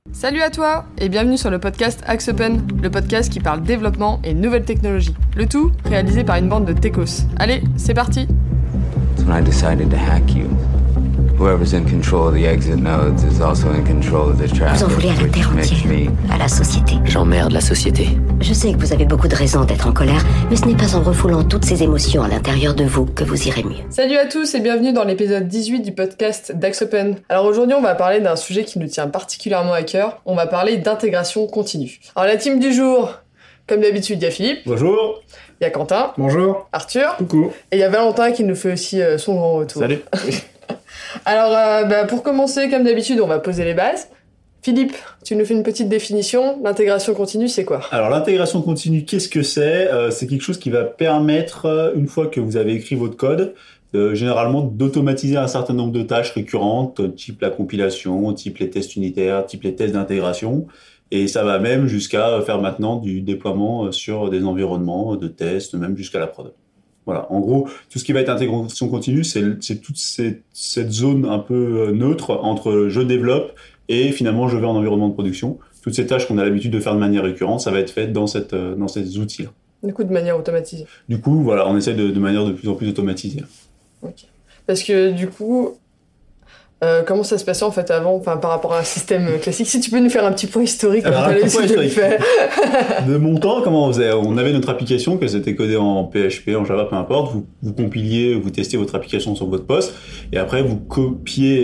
Salut à toi et bienvenue sur le podcast Axe Open, le podcast qui parle développement et nouvelles technologies. Le tout réalisé par une bande de techos. Allez, c'est parti. When I decided to hack you, whoever's in control of the exit nodes is also in control of the traffic. Vous en voulez à la terre entière, à la société. J'emmerde la société. Je sais que vous avez beaucoup de raisons d'être en colère, mais ce n'est pas en refoulant toutes ces émotions à l'intérieur de vous que vous irez mieux. Salut à tous et bienvenue dans l'épisode 18 du podcast d'Axe Open. Alors aujourd'hui on va parler d'un sujet qui nous tient particulièrement à cœur, on va parler d'intégration continue. Alors la team du jour, comme d'habitude il y a Philippe. Bonjour. Il y a Quentin. Bonjour. Arthur. Coucou. Et il y a Valentin qui nous fait aussi son grand retour. Salut. Alors pour commencer, comme d'habitude, on va poser les bases. Philippe, tu nous fais une petite définition. L'intégration continue, c'est quoi ? Alors l'intégration continue, qu'est-ce que c'est ? C'est quelque chose qui va permettre, une fois que vous avez écrit votre code, généralement d'automatiser un certain nombre de tâches récurrentes, type la compilation, type les tests unitaires, type les tests d'intégration. Et ça va même jusqu'à faire maintenant du déploiement sur des environnements de tests, même jusqu'à la prod. Voilà. En gros, tout ce qui va être intégration continue, c'est toute cette zone un peu neutre entre je développe et finalement je vais en environnement de production. Toutes ces tâches qu'on a l'habitude de faire de manière récurrente, ça va être fait dans ces outils-là. Du coup, de manière automatisée. Du coup, voilà, on essaie de manière de plus en plus automatisée. Ok. Parce que du coup, comment ça se passait en fait avant, par rapport à un système classique ? Si tu peux nous faire un petit point historique. Alors, un petit point historique. De mon temps, comment on faisait ? On avait notre application, que c'était codé en PHP, en Java, peu importe. Vous compiliez, vous testiez votre application sur votre poste, et après vous copiez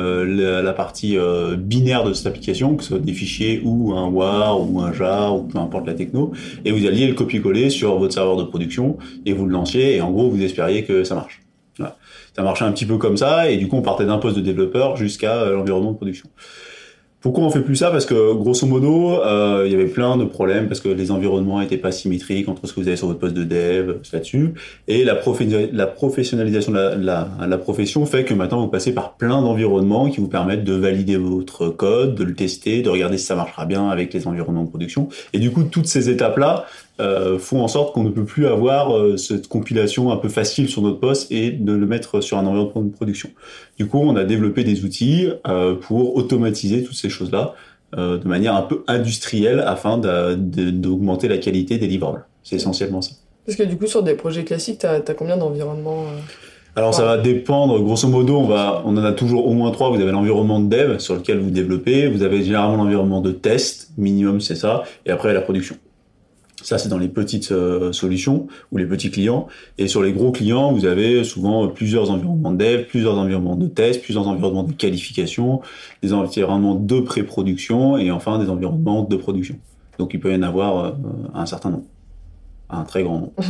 la partie binaire de cette application, que ce soit des fichiers ou un WAR ou un jar ou peu importe la techno, et vous alliez le copier-coller sur votre serveur de production et vous le lanciez, et en gros vous espériez que ça marche. Voilà. Ça marchait un petit peu comme ça, et du coup on partait d'un poste de développeur jusqu'à l'environnement de production. Pourquoi on fait plus ça ? Parce que grosso modo, il y avait plein de problèmes parce que les environnements étaient pas symétriques entre ce que vous avez sur votre poste de dev là-dessus, et la professionnalisation de la profession fait que maintenant vous passez par plein d'environnements qui vous permettent de valider votre code, de le tester, de regarder si ça marchera bien avec les environnements de production. Et du coup, toutes ces étapes-là font en sorte qu'on ne peut plus avoir cette compilation un peu facile sur notre poste et de le mettre sur un environnement de production. Du coup, on a développé des outils pour automatiser toutes ces choses-là de manière un peu industrielle afin d'augmenter la qualité des livrables. C'est essentiellement ça. Parce que du coup, sur des projets classiques, t'as combien d'environnements Alors ça va dépendre, grosso modo, on en a toujours au moins 3. Vous avez l'environnement de dev sur lequel vous développez, vous avez généralement l'environnement de test, minimum c'est ça, et après la production. Ça, c'est dans les petites solutions ou les petits clients. Et sur les gros clients, vous avez souvent plusieurs environnements de dev, plusieurs environnements de test, plusieurs environnements de qualification, des environnements de pré-production et enfin des environnements de production. Donc, il peut y en avoir un certain nombre. Un très grand nombre.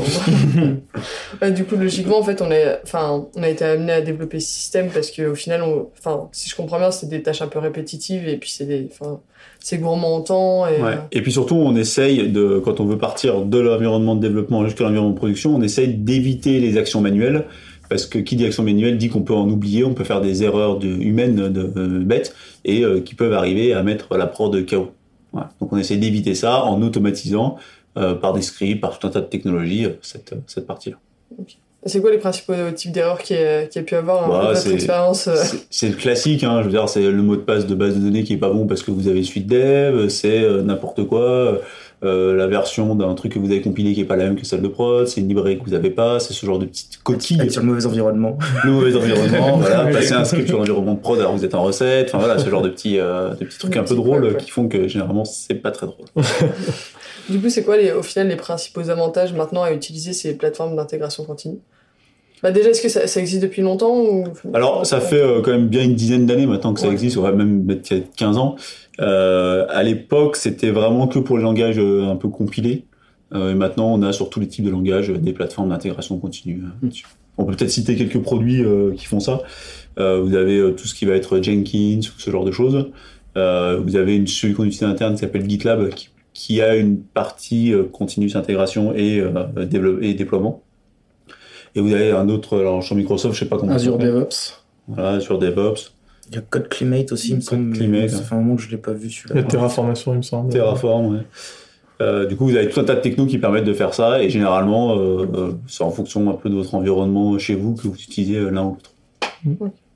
Du coup, logiquement, en fait, on a été amené à développer ce système parce qu'au final, si je comprends bien, c'est des tâches un peu répétitives et puis c'est gourmand en temps. Ouais. Et puis surtout, on essaye quand on veut partir de l'environnement de développement jusqu'à l'environnement de production, on essaye d'éviter les actions manuelles. Parce que qui dit action manuelle dit qu'on peut en oublier, on peut faire des erreurs humaines bêtes et qui peuvent arriver à mettre la prod KO. Voilà. Donc on essaye d'éviter ça en automatisant par des scripts, par tout un tas de technologies, cette partie-là. Okay. C'est quoi les principaux types d'erreurs qu'il y a pu avoir dans votre expérience C'est le classique, hein, je veux dire, c'est le mot de passe de base de données qui est pas bon parce que vous avez suite dev, c'est n'importe quoi, la version d'un truc que vous avez compilé qui est pas la même que celle de prod, c'est une librairie que vous avez pas, c'est ce genre de petites coquilles. Sur le mauvais environnement. Le mauvais environnement, voilà, passer un script sur l'environnement de prod alors que vous êtes en recette, enfin voilà, ce genre de petits trucs un peu drôles qui font que généralement c'est pas très drôle. Du coup, c'est quoi au final les principaux avantages maintenant à utiliser ces plateformes d'intégration continue ? Déjà, est-ce que ça existe depuis longtemps ou... Alors, ça fait quand même bien une dizaine d'années maintenant que ça existe, on va même mettre 15 ans. À l'époque, c'était vraiment que pour les langages un peu compilés. Et maintenant, on a sur tous les types de langages des plateformes d'intégration continue. On peut peut-être citer quelques produits qui font ça. Vous avez tout ce qui va être Jenkins, ce genre de choses. Vous avez celui qu'on utilise interne qui s'appelle GitLab, qui a une partie continuous intégration et déploiement. Et vous avez un autre, alors sur Microsoft, je sais pas comment Azure DevOps. Voilà, Azure DevOps. Il y a Code Climate aussi, il me semble. Ça fait un moment que je l'ai pas vu celui-là. Il y a Terraformation, il me semble. Terraform, ouais. Du coup, vous avez tout un tas de technos qui permettent de faire ça, et généralement, c'est en fonction un peu de votre environnement chez vous que vous utilisez l'un ou l'autre.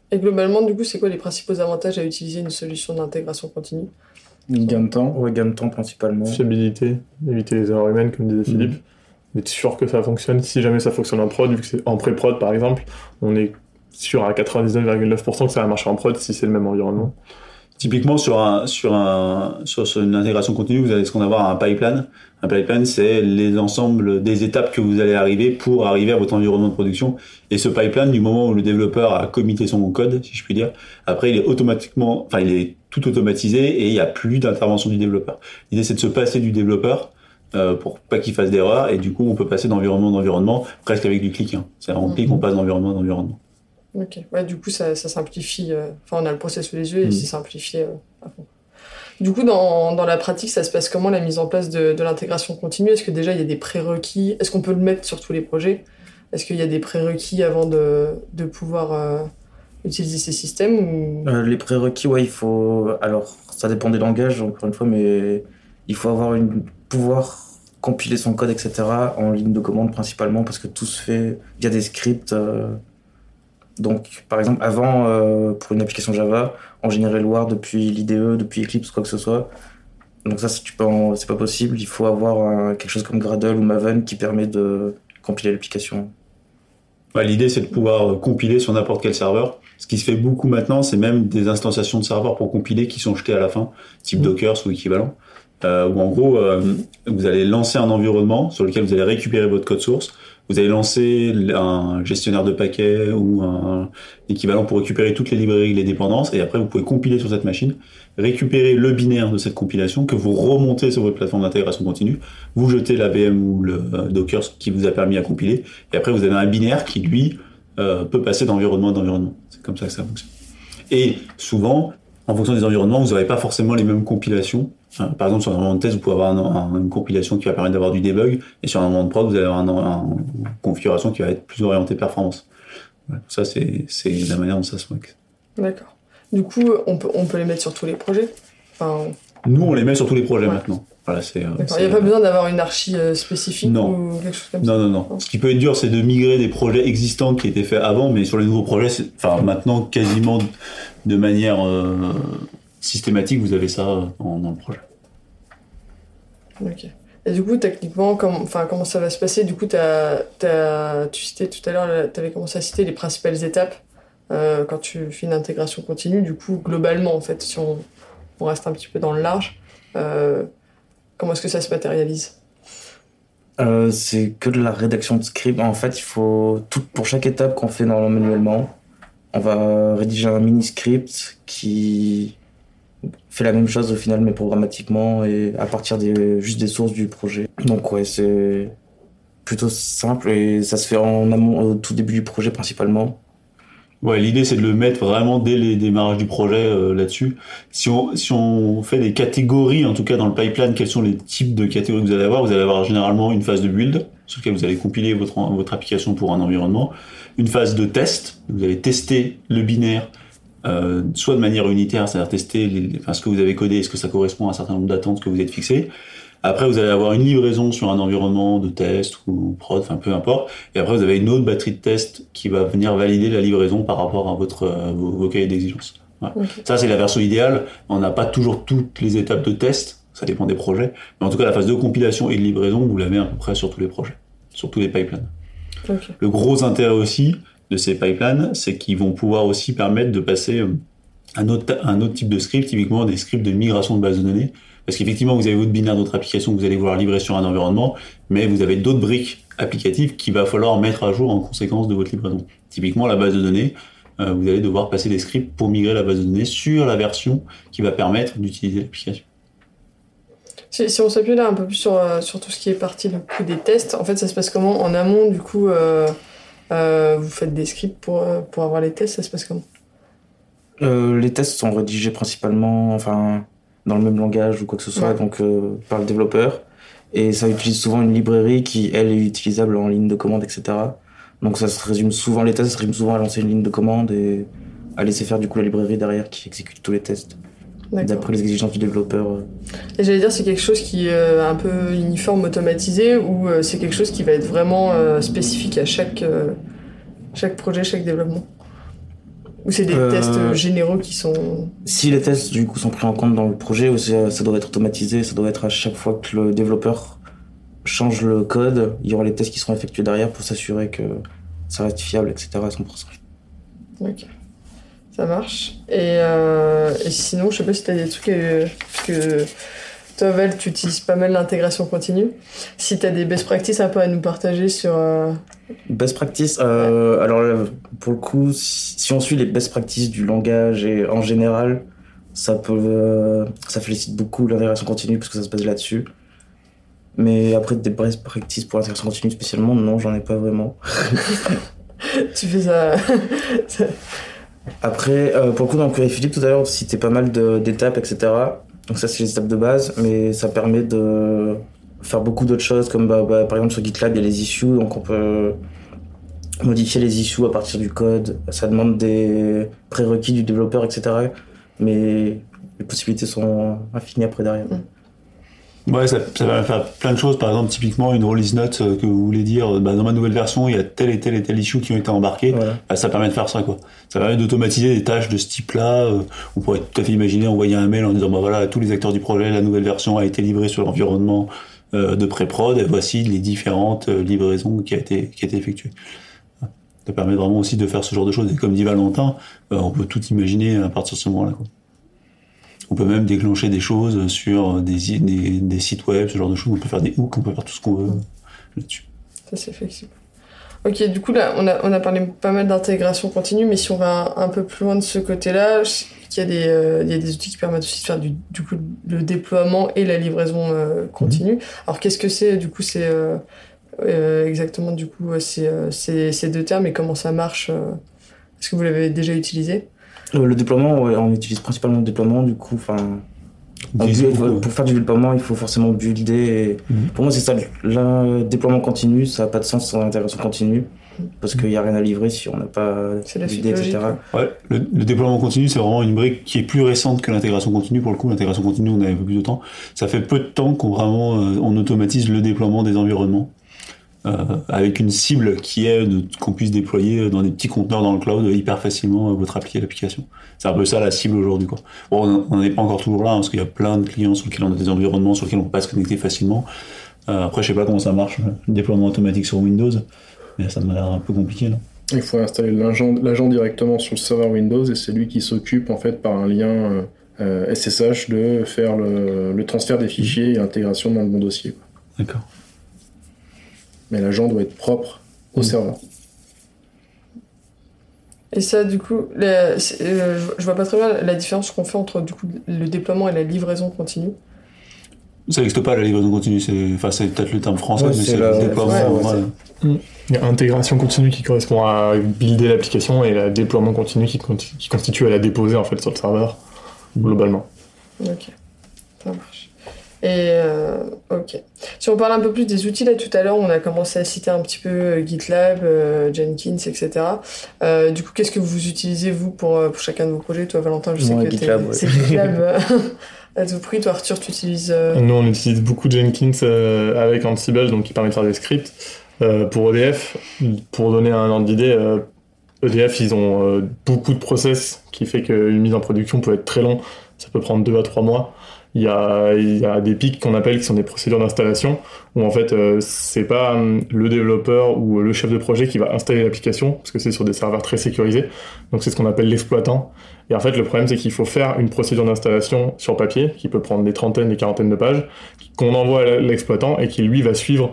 Et globalement, du coup, c'est quoi les principaux avantages à utiliser une solution d'intégration continue ? Gain de temps, gain de temps principalement. Fiabilité, éviter les erreurs humaines, comme disait Philippe. Mais être sûr que ça fonctionne. Si jamais ça fonctionne en prod, vu que c'est en pré-prod par exemple, on est sûr à 99,9% que ça va marcher en prod si c'est le même environnement. Typiquement, sur une intégration continue, vous allez ce qu'on avoir un pipeline. Un pipeline, c'est les ensembles des étapes que vous allez arriver pour arriver à votre environnement de production. Et ce pipeline, du moment où le développeur a commité son code, si je puis dire, après, il est tout automatisé et il n'y a plus d'intervention du développeur. L'idée, c'est de se passer du développeur pour pas qu'il fasse d'erreur. Et du coup, on peut passer d'environnement en environnement presque avec du clic. C'est vraiment clic, on passe d'environnement en environnement. Ok, ouais, du coup ça simplifie, on a le process sous les yeux et c'est simplifié à fond. Du coup, dans la pratique, ça se passe comment la mise en place de l'intégration continue ? Est-ce que déjà il y a des prérequis ? Est-ce qu'on peut le mettre sur tous les projets ? Est-ce qu'il y a des prérequis avant de pouvoir utiliser ces systèmes ou... Les prérequis, ouais, il faut... Alors, ça dépend des langages, encore une fois, mais il faut pouvoir compiler son code, etc. en ligne de commande principalement, parce que tout se fait via des scripts... Donc, par exemple, avant, pour une application Java, on générait le Word depuis l'IDE, depuis Eclipse, quoi que ce soit. Donc ça, c'est pas possible. Il faut avoir quelque chose comme Gradle ou Maven qui permet de compiler l'application. Ouais, l'idée, c'est de pouvoir compiler sur n'importe quel serveur. Ce qui se fait beaucoup maintenant, c'est même des instanciations de serveurs pour compiler qui sont jetées à la fin, type Docker ou équivalent. Où en gros, vous allez lancer un environnement sur lequel vous allez récupérer votre code source. Vous allez lancer un gestionnaire de paquets ou un équivalent pour récupérer toutes les librairies et les dépendances. Et après, vous pouvez compiler sur cette machine, récupérer le binaire de cette compilation que vous remontez sur votre plateforme d'intégration continue. Vous jetez la VM ou le Docker qui vous a permis à compiler. Et après, vous avez un binaire qui, lui, peut passer d'environnement en environnement. C'est comme ça que ça fonctionne. Et souvent, en fonction des environnements, vous n'aurez pas forcément les mêmes compilations. Par exemple, sur un environnement de test, vous pouvez avoir une compilation qui va permettre d'avoir du debug, et sur un environnement de prod, vous allez avoir une configuration qui va être plus orientée performance. Voilà. Ça, c'est la manière dont ça se fait. D'accord. Du coup, on peut les mettre sur tous les projets ? Nous, on les met sur tous les projets maintenant. Voilà, D'accord. Il n'y a pas besoin d'avoir une archi spécifique ou quelque chose comme ça ? Non. Ce qui peut être dur, c'est de migrer des projets existants qui étaient faits avant, mais sur les nouveaux projets, maintenant, quasiment de manière systématique, vous avez ça dans le projet. Ok. Et du coup, techniquement, comment ça va se passer ? Du coup, tu citais tout à l'heure, tu avais commencé à citer les principales étapes quand tu fais une intégration continue. Du coup, globalement, en fait, si on reste un petit peu dans le large, comment est-ce que ça se matérialise ? C'est que de la rédaction de script. En fait, il faut pour chaque étape qu'on fait manuellement, on va rédiger un mini-script qui fait la même chose au final, mais programmatiquement et à partir juste des sources du projet. Donc ouais, c'est plutôt simple et ça se fait en amont, au tout début du projet principalement. Ouais, l'idée c'est de le mettre vraiment dès les démarrages du projet là-dessus. Si on fait des catégories, en tout cas dans le pipeline, quels sont les types de catégories que vous allez avoir ? Vous allez avoir généralement une phase de build, sur laquelle vous allez compiler votre application pour un environnement. Une phase de test, vous allez tester le binaire, soit de manière unitaire, c'est-à-dire tester ce que vous avez codé, est-ce que ça correspond à un certain nombre d'attentes que vous êtes fixées. Après, vous allez avoir une livraison sur un environnement de test ou prod, peu importe. Et après, vous avez une autre batterie de test qui va venir valider la livraison par rapport à vos cahiers d'exigence. Voilà. Okay. Ça, c'est la version idéale. On n'a pas toujours toutes les étapes de test. Ça dépend des projets. Mais en tout cas, la phase de compilation et de livraison, vous l'avez à peu près sur tous les projets, sur tous les pipelines. Okay. Le gros intérêt aussi de ces pipelines, c'est qu'ils vont pouvoir aussi permettre de passer un autre type de script, typiquement des scripts de migration de base de données. Parce qu'effectivement, vous avez votre binaire d'autres applications que vous allez vouloir livrer sur un environnement, mais vous avez d'autres briques applicatives qu'il va falloir mettre à jour en conséquence de votre livraison. Typiquement, la base de données, vous allez devoir passer des scripts pour migrer la base de données sur la version qui va permettre d'utiliser l'application. Si on s'appuie là un peu plus sur tout ce qui est partie du coup, des tests, en fait, ça se passe comment ? En amont, du coup, vous faites des scripts pour avoir les tests, ça se passe comment ? Les tests sont rédigés principalement, dans le même langage ou quoi que ce soit, donc par le développeur. Et ça utilise souvent une librairie qui, elle, est utilisable en ligne de commande, etc. Donc les tests se résument souvent à lancer une ligne de commande et à laisser faire du coup la librairie derrière qui exécute tous les tests. D'après les exigences du développeur. Et j'allais dire, c'est quelque chose qui est un peu uniforme, automatisé, ou c'est quelque chose qui va être vraiment spécifique à chaque projet, chaque développement ? Ou c'est des tests généraux qui sont... Si les tests du coup sont pris en compte dans le projet, ça doit être automatisé, ça doit être à chaque fois que le développeur change le code, il y aura les tests qui seront effectués derrière pour s'assurer que ça reste fiable, etc. à 100%. Ok, ça marche. Et sinon, je sais pas si tu as des trucs que toi, Val, tu utilises pas mal l'intégration continue. Si tu as des best practices un peu à nous partager sur... Best practice, alors pour le coup, si on suit les best practices du langage et en général, ça félicite beaucoup l'intégration continue parce que ça se base là-dessus. Mais après, des best practices pour l'intégration continue spécialement, non, j'en ai pas vraiment. Tu fais ça... Après, pour le coup, dans le query Philippe, tout à l'heure, on citait pas mal d'étapes, etc. Donc ça, c'est les étapes de base, mais ça permet de faire beaucoup d'autres choses, comme par exemple sur GitLab, il y a les issues, donc on peut modifier les issues à partir du code. Ça demande des prérequis du développeur, etc. Mais les possibilités sont infinies après derrière. Ouais, ça va faire plein de choses. Par exemple, typiquement, une release note que vous voulez dire, dans ma nouvelle version, il y a tel et tel et tel issue qui ont été embarqués. Voilà. Ça permet de faire ça, quoi. Ça permet d'automatiser des tâches de ce type-là. On pourrait tout à fait imaginer envoyer un mail en disant, voilà, à tous les acteurs du projet, la nouvelle version a été livrée sur l'environnement de pré-prod, et voici les différentes livraisons qui a été effectuées. Ça permet vraiment aussi de faire ce genre de choses. Et comme dit Valentin, on peut tout imaginer à partir de ce moment-là, quoi. On peut même déclencher des choses sur des sites web, ce genre de choses. On peut faire des hooks, on peut faire tout ce qu'on veut là-dessus. Ça, c'est flexible. Ok, du coup, là, on a parlé pas mal d'intégration continue, mais si on va un peu plus loin de ce côté-là, il y a des outils qui permettent aussi de faire du coup, le déploiement et la livraison continue. Alors, qu'est-ce que c'est, du coup, c'est exactement, du coup, ces deux termes et comment ça marche Est-ce que vous l'avez déjà utilisé ? Le déploiement, ouais, on utilise principalement le déploiement, du coup, pour faire du déploiement, il faut forcément builder. Pour moi, c'est ça, le déploiement continu, ça n'a pas de sens sans l'intégration continue, parce qu'il n'y a rien à livrer si on n'a pas buildé, etc. Ouais, le déploiement continu, c'est vraiment une brique qui est plus récente que l'intégration continue. Pour le coup, l'intégration continue, on avait un peu plus de temps. Ça fait peu de temps on automatise le déploiement des environnements. Avec une cible qui est qu'on puisse déployer dans des petits conteneurs dans le cloud hyper facilement votre l'application. C'est un peu ça la cible aujourd'hui, quoi. Bon, on n'en est pas encore toujours là, parce qu'il y a plein de clients sur lesquels on a des environnements sur lesquels on peut pas se connecter facilement. Après, je sais pas comment ça marche, le déploiement automatique sur Windows, mais ça m'a l'air un peu compliqué, non ? Il faut installer l'agent directement sur le serveur Windows et c'est lui qui s'occupe en fait par un lien SSH de faire le transfert des fichiers et l'intégration dans le bon dossier, quoi. D'accord. Mais l'agent doit être propre au serveur. Et ça, du coup, je vois pas très bien la différence qu'on fait entre du coup, le déploiement et la livraison continue. Ça n'existe pas, la livraison continue, c'est peut-être le terme français, ouais, mais c'est le déploiement. Il y a intégration continue qui correspond à builder l'application et le déploiement continu qui constitue à la déposer en fait sur le serveur, globalement. Ok, ça marche. Et ok. Si on parle un peu plus des outils, là tout à l'heure on a commencé à citer un petit peu GitLab, Jenkins, etc. Du coup, qu'est-ce que vous utilisez vous pour chacun de vos projets ? Toi Valentin, je sais que GitLab, c'est GitLab à tout prix. Toi Arthur, tu utilises... Nous on utilise beaucoup Jenkins avec Ansible, donc qui permet de faire des scripts. Pour EDF, pour donner un ordre d'idée, EDF ils ont beaucoup de process qui fait qu'une mise en production peut être très long, ça peut prendre 2 à 3 mois. Il y a des pics qu'on appelle qui sont des procédures d'installation où en fait c'est pas le développeur ou le chef de projet qui va installer l'application parce que c'est sur des serveurs très sécurisés, donc c'est ce qu'on appelle l'exploitant. Et en fait le problème c'est qu'il faut faire une procédure d'installation sur papier qui peut prendre des trentaines, des quarantaines de pages qu'on envoie à l'exploitant et qui lui va suivre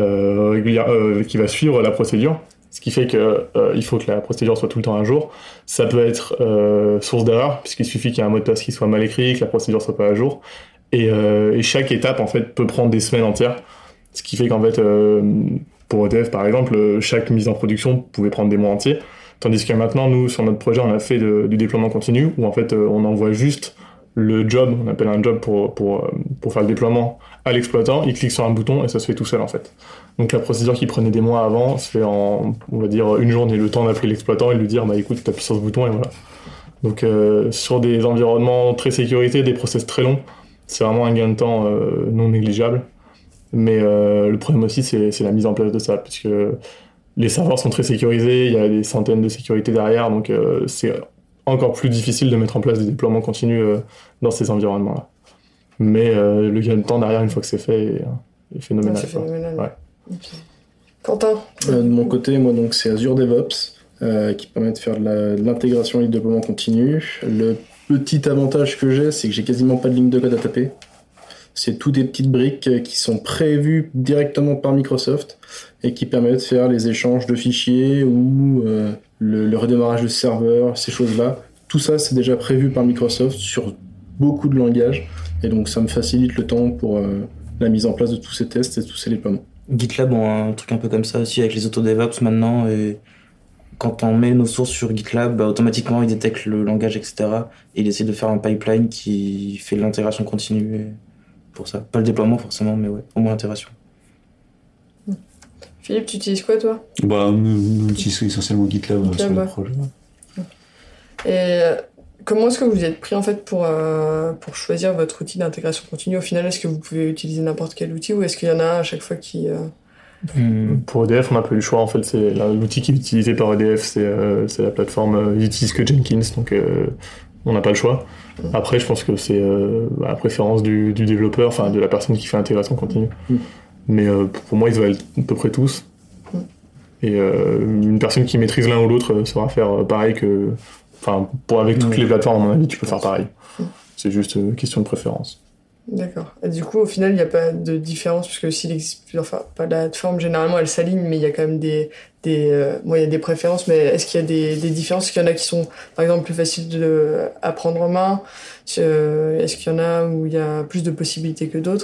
qui va suivre la procédure. Ce qui fait que il faut que la procédure soit tout le temps à jour. Ça peut être source d'erreur, puisqu'il suffit qu'il y ait un mot de passe qui soit mal écrit, que la procédure soit pas à jour. Et chaque étape, en fait, peut prendre des semaines entières. Ce qui fait qu'en fait, pour EDF, par exemple, chaque mise en production pouvait prendre des mois entiers. Tandis que maintenant, nous, sur notre projet, on a fait du déploiement continu, où en fait, on envoie juste le job, on appelle un job pour faire le déploiement à l'exploitant, il clique sur un bouton et ça se fait tout seul en fait. Donc la procédure qui prenait des mois avant se fait en, on va dire, une journée, le temps d'appeler l'exploitant et de lui dire bah écoute t'appuies sur ce bouton et voilà. Donc sur des environnements très sécurisés, des process très longs, c'est vraiment un gain de temps non négligeable. Mais le problème aussi c'est la mise en place de ça, puisque les serveurs sont très sécurisés, il y a des centaines de sécurités derrière, donc c'est encore plus difficile de mettre en place des déploiements continus dans ces environnements-là. Mais le gain de temps derrière, une fois que c'est fait, est phénoménal. C'est phénoménal. Ouais. Okay. Quentin De mon côté, moi, donc, c'est Azure DevOps qui permet de faire de l'intégration et du déploiement continu. Le petit avantage que j'ai, c'est que j'ai quasiment pas de ligne de code à taper. C'est tout des petites briques qui sont prévues directement par Microsoft et qui permettent de faire les échanges de fichiers ou le redémarrage de serveur, ces choses-là. Tout ça, c'est déjà prévu par Microsoft sur beaucoup de langages. Et donc, ça me facilite le temps pour la mise en place de tous ces tests et tous ces déploiements. GitLab ont un truc un peu comme ça aussi avec les auto-DevOps maintenant. Et quand on met nos sources sur GitLab, automatiquement, il détecte le langage, etc. Et il essaie de faire un pipeline qui fait l'intégration continue. Et pour ça. Pas le déploiement forcément, mais ouais, au moins l'intégration. Philippe, tu utilises quoi, toi ? Nous utilisons essentiellement GitLab sur le projet. Et comment est-ce que vous êtes pris en fait pour choisir votre outil d'intégration continue ? Au final, est-ce que vous pouvez utiliser n'importe quel outil ou est-ce qu'il y en a à chaque fois qui... Pour EDF, on n'a pas eu le choix. En fait, c'est l'outil qui est utilisé par EDF, c'est la plateforme. Ils utilisent que Jenkins, donc on n'a pas le choix. Après, je pense que c'est la préférence du développeur, enfin de la personne qui fait l'intégration continue. Mais pour moi, ils valent à peu près tous. Et une personne qui maîtrise l'un ou l'autre saura faire pareil que... Enfin, avec toutes les plateformes, à mon avis, tu peux faire pareil. C'est juste une question de préférence. D'accord. Et du coup, au final, il n'y a pas de différence, parce que s'il existe plusieurs plateformes, généralement, elles s'alignent, mais il y a quand même il y a des préférences, mais est-ce qu'il y a des différences ? Est-ce qu'il y en a qui sont, par exemple, plus faciles à prendre en main ? Est-ce qu'il y en a où il y a plus de possibilités que d'autres ?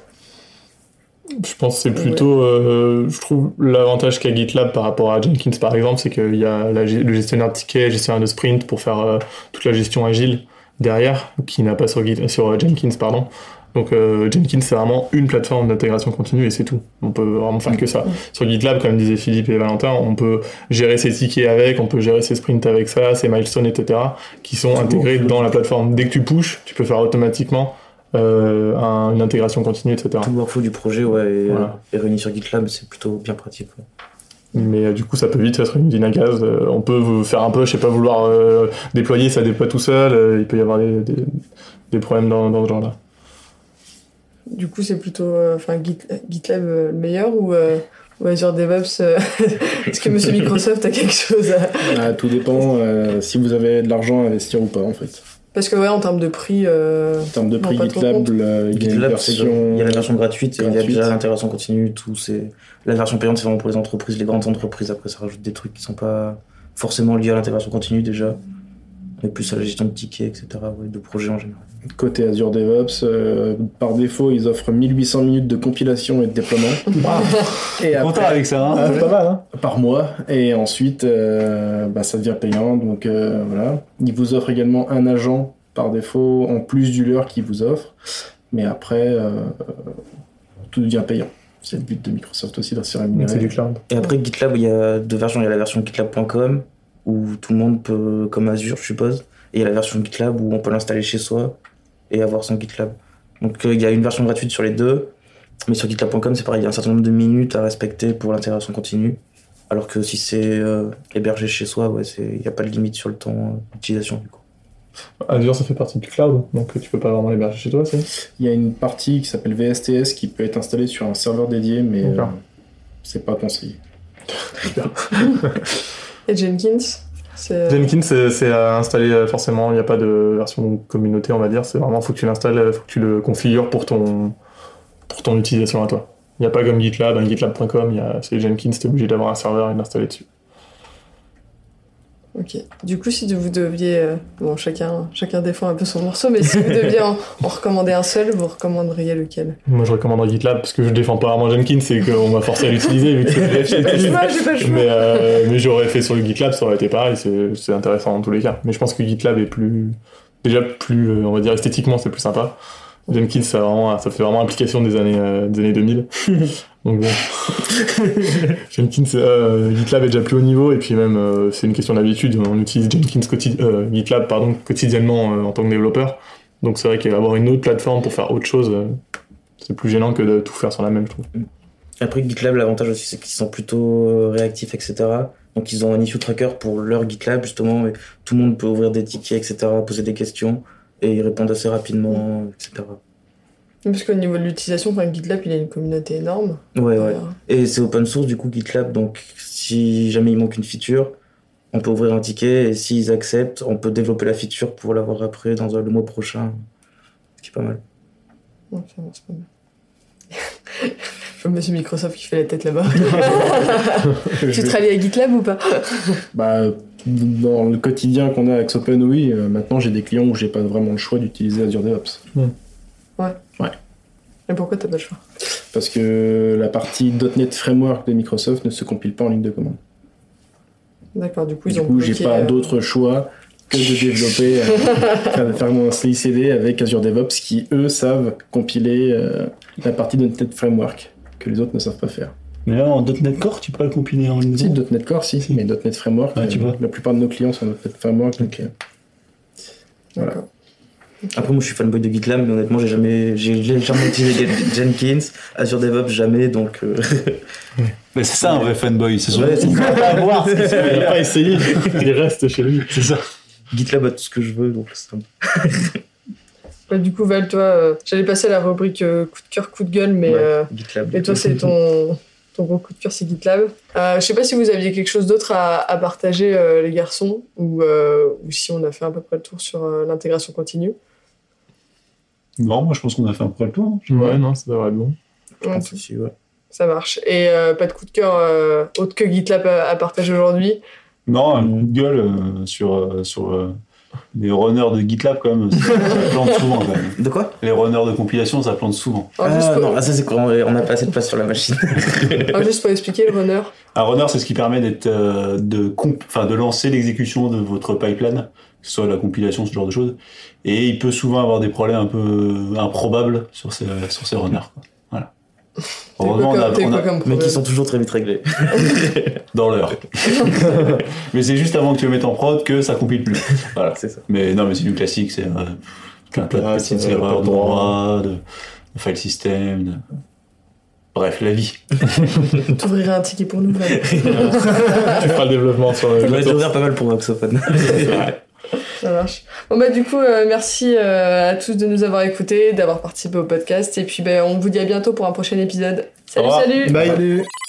Je pense que c'est plutôt... je trouve l'avantage qu'a GitLab par rapport à Jenkins, par exemple, c'est qu'il y a le gestionnaire de tickets, le gestionnaire de sprint pour faire toute la gestion agile derrière, qui n'a pas sur Jenkins, pardon. Donc Jenkins, c'est vraiment une plateforme d'intégration continue et c'est tout. On peut vraiment faire que ça. Sur GitLab, comme disaient Philippe et Valentin, on peut gérer ses tickets avec, on peut gérer ses sprints avec ça, ses milestones, etc., qui sont intégrés dans la plateforme. Dès que tu pushes, tu peux faire automatiquement une intégration continue, etc. Tout le workflow du projet est réuni sur GitLab, c'est plutôt bien pratique. Ouais. Mais du coup, ça peut vite être une usine à gaz. On peut faire un peu, vouloir déployer, ça déploie tout seul. Il peut y avoir des problèmes dans ce genre-là. Du coup, c'est plutôt GitLab le meilleur ou Azure DevOps Est-ce que Monsieur Microsoft a quelque chose à... Tout dépend si vous avez de l'argent à investir ou pas, en fait. Parce que en termes de prix... en termes de prix, GitLab, il y a la version gratuite et il y a déjà l'intégration continue. La version payante, c'est vraiment pour les entreprises, les grandes entreprises. Après, ça rajoute des trucs qui sont pas forcément liés à l'intégration continue déjà. Et plus à la gestion de tickets, etc., de projets en général. Côté Azure DevOps, par défaut, ils offrent 1800 minutes de compilation et de déploiement. Et après, avec ça, hein, c'est pas mal, hein, par mois. Et ensuite, ça devient payant. Donc voilà. Ils vous offrent également un agent par défaut, en plus du leur qu'ils vous offrent. Mais après, tout devient payant. C'est le but de Microsoft aussi, d'en se rémunérer. C'est du cloud. Et après, GitLab, il y a deux versions. Il y a la version GitLab.com, où tout le monde peut, comme Azure, je suppose. Et il y a la version GitLab où on peut l'installer chez soi et avoir son GitLab. Donc il y a une version gratuite sur les deux, mais sur GitLab.com, c'est pareil, il y a un certain nombre de minutes à respecter pour l'intégration continue. Alors que si c'est hébergé chez soi, il n'y a pas de limite sur le temps d'utilisation du coup. Azure, ça fait partie du cloud, donc tu peux pas vraiment l'héberger chez toi, c'est ? Il y a une partie qui s'appelle VSTS qui peut être installée sur un serveur dédié, mais c'est pas conseillé. Et Jenkins Jenkins, c'est à installer forcément, il n'y a pas de version communauté, on va dire. C'est vraiment, faut que tu l'installes, faut que tu le configures pour ton utilisation à toi. Il n'y a pas comme GitLab, GitLab.com, c'est Jenkins, t'es obligé d'avoir un serveur et de l'installer dessus. Ok. Du coup, si vous deviez... chacun défend un peu son morceau, mais si vous deviez en recommander un seul, vous recommanderiez lequel ? Moi, je recommanderais GitLab, parce que je défends pas vraiment Jenkins, c'est qu'on m'a forcé à l'utiliser, vu que j'ai pas le choix. Mais j'aurais fait sur le GitLab, ça aurait été pareil, c'est intéressant dans tous les cas. Mais je pense que GitLab est plus, on va dire, esthétiquement, c'est plus sympa. Jenkins, ça fait vraiment application des années 2000. Donc bon. Jenkins, GitLab est déjà plus haut niveau, et puis même, c'est une question d'habitude. On utilise GitLab quotidiennement en tant que développeur. Donc c'est vrai qu'avoir une autre plateforme pour faire autre chose, c'est plus gênant que de tout faire sur la même, je trouve. Après, GitLab, l'avantage aussi, c'est qu'ils sont plutôt réactifs, etc. Donc ils ont un issue tracker pour leur GitLab justement, et tout le monde peut ouvrir des tickets, etc., poser des questions, et ils répondent assez rapidement, etc. Parce qu'au niveau de l'utilisation, enfin, GitLab, il a une communauté énorme. Ouais. Et c'est open source du coup GitLab, donc si jamais il manque une feature, on peut ouvrir un ticket, et s'ils acceptent, on peut développer la feature pour l'avoir après dans le mois prochain, ce qui est pas mal. Ouais, ça avance pas mal. Monsieur Microsoft qui fait la tête là-bas. Tu te rallies à GitLab ou pas? Bah, dans le quotidien qu'on a avec Sopen, oui. Maintenant, j'ai des clients où j'ai pas vraiment le choix d'utiliser Azure DevOps. Ouais. Et pourquoi t'as pas le choix? Parce que la partie .NET Framework de Microsoft ne se compile pas en ligne de commande. D'accord, du coup, j'ai pas d'autre choix que de développer, faire mon CI/CD avec Azure DevOps qui, eux, savent compiler la partie .NET Framework que les autres ne savent pas faire. Mais là, en .NET Core, tu peux le compiler en ligne. Si, .NET Core, si, mais .NET Framework, tu vois. la plupart de nos clients sont .NET Framework, donc voilà. D'accord. Après, moi, je suis fanboy de GitLab, mais honnêtement, j'ai jamais utilisé Jenkins, Azure DevOps, jamais, donc... Mais c'est ça, un vrai fanboy. C'est sûr. Ouais, c'est Il va pas voir ce qui se fait. Il n'a pas essayé, il reste chez lui. C'est ça. GitLab a tout ce que je veux, donc c'est Bah, du coup, Val, toi, j'allais passer à la rubrique coup de cœur, coup de gueule, mais GitLab. et toi, c'est ton gros coup de cœur, c'est GitLab. Je sais pas si vous aviez quelque chose d'autre à partager, les garçons, ou si on a fait à peu près le tour sur l'intégration continue. Non, moi, je pense qu'on a fait un peu le tour. Ouais, non, ça devrait être bon. Ouais, Si, ouais. ça marche. Et pas de coup de cœur autre que GitLab à partager aujourd'hui. Non, un coup de gueule sur les runners de GitLab, quand même. Ça plante souvent, quand même. De quoi? Les runners de compilation, ça plante souvent. Non, ça c'est quand on a pas assez de place sur la machine. Juste pour expliquer le runner. Un runner, c'est ce qui permet de lancer l'exécution de votre pipeline, que ce soit la compilation, ce genre de choses. Et il peut souvent avoir des problèmes un peu improbables sur ces runners, quoi. Voilà. Heureusement, on a comme Mais problème. qui sont toujours très vite réglés. dans l'heure. Mais c'est juste avant que tu le mettes en prod que ça compile plus. Voilà. C'est ça. Mais non, mais c'est du classique, c'est plein de petites erreurs de droit, de file system. Bref, la vie. T'ouvrirais un ticket pour nous, Val. Tu feras le développement sur le J'en ai ouvert pas mal pour Voxopen. Ça marche. Bon bah du coup, merci à tous de nous avoir écoutés, d'avoir participé au podcast. Et puis on vous dit à bientôt pour un prochain épisode. Salut, Au revoir. salut. Bye.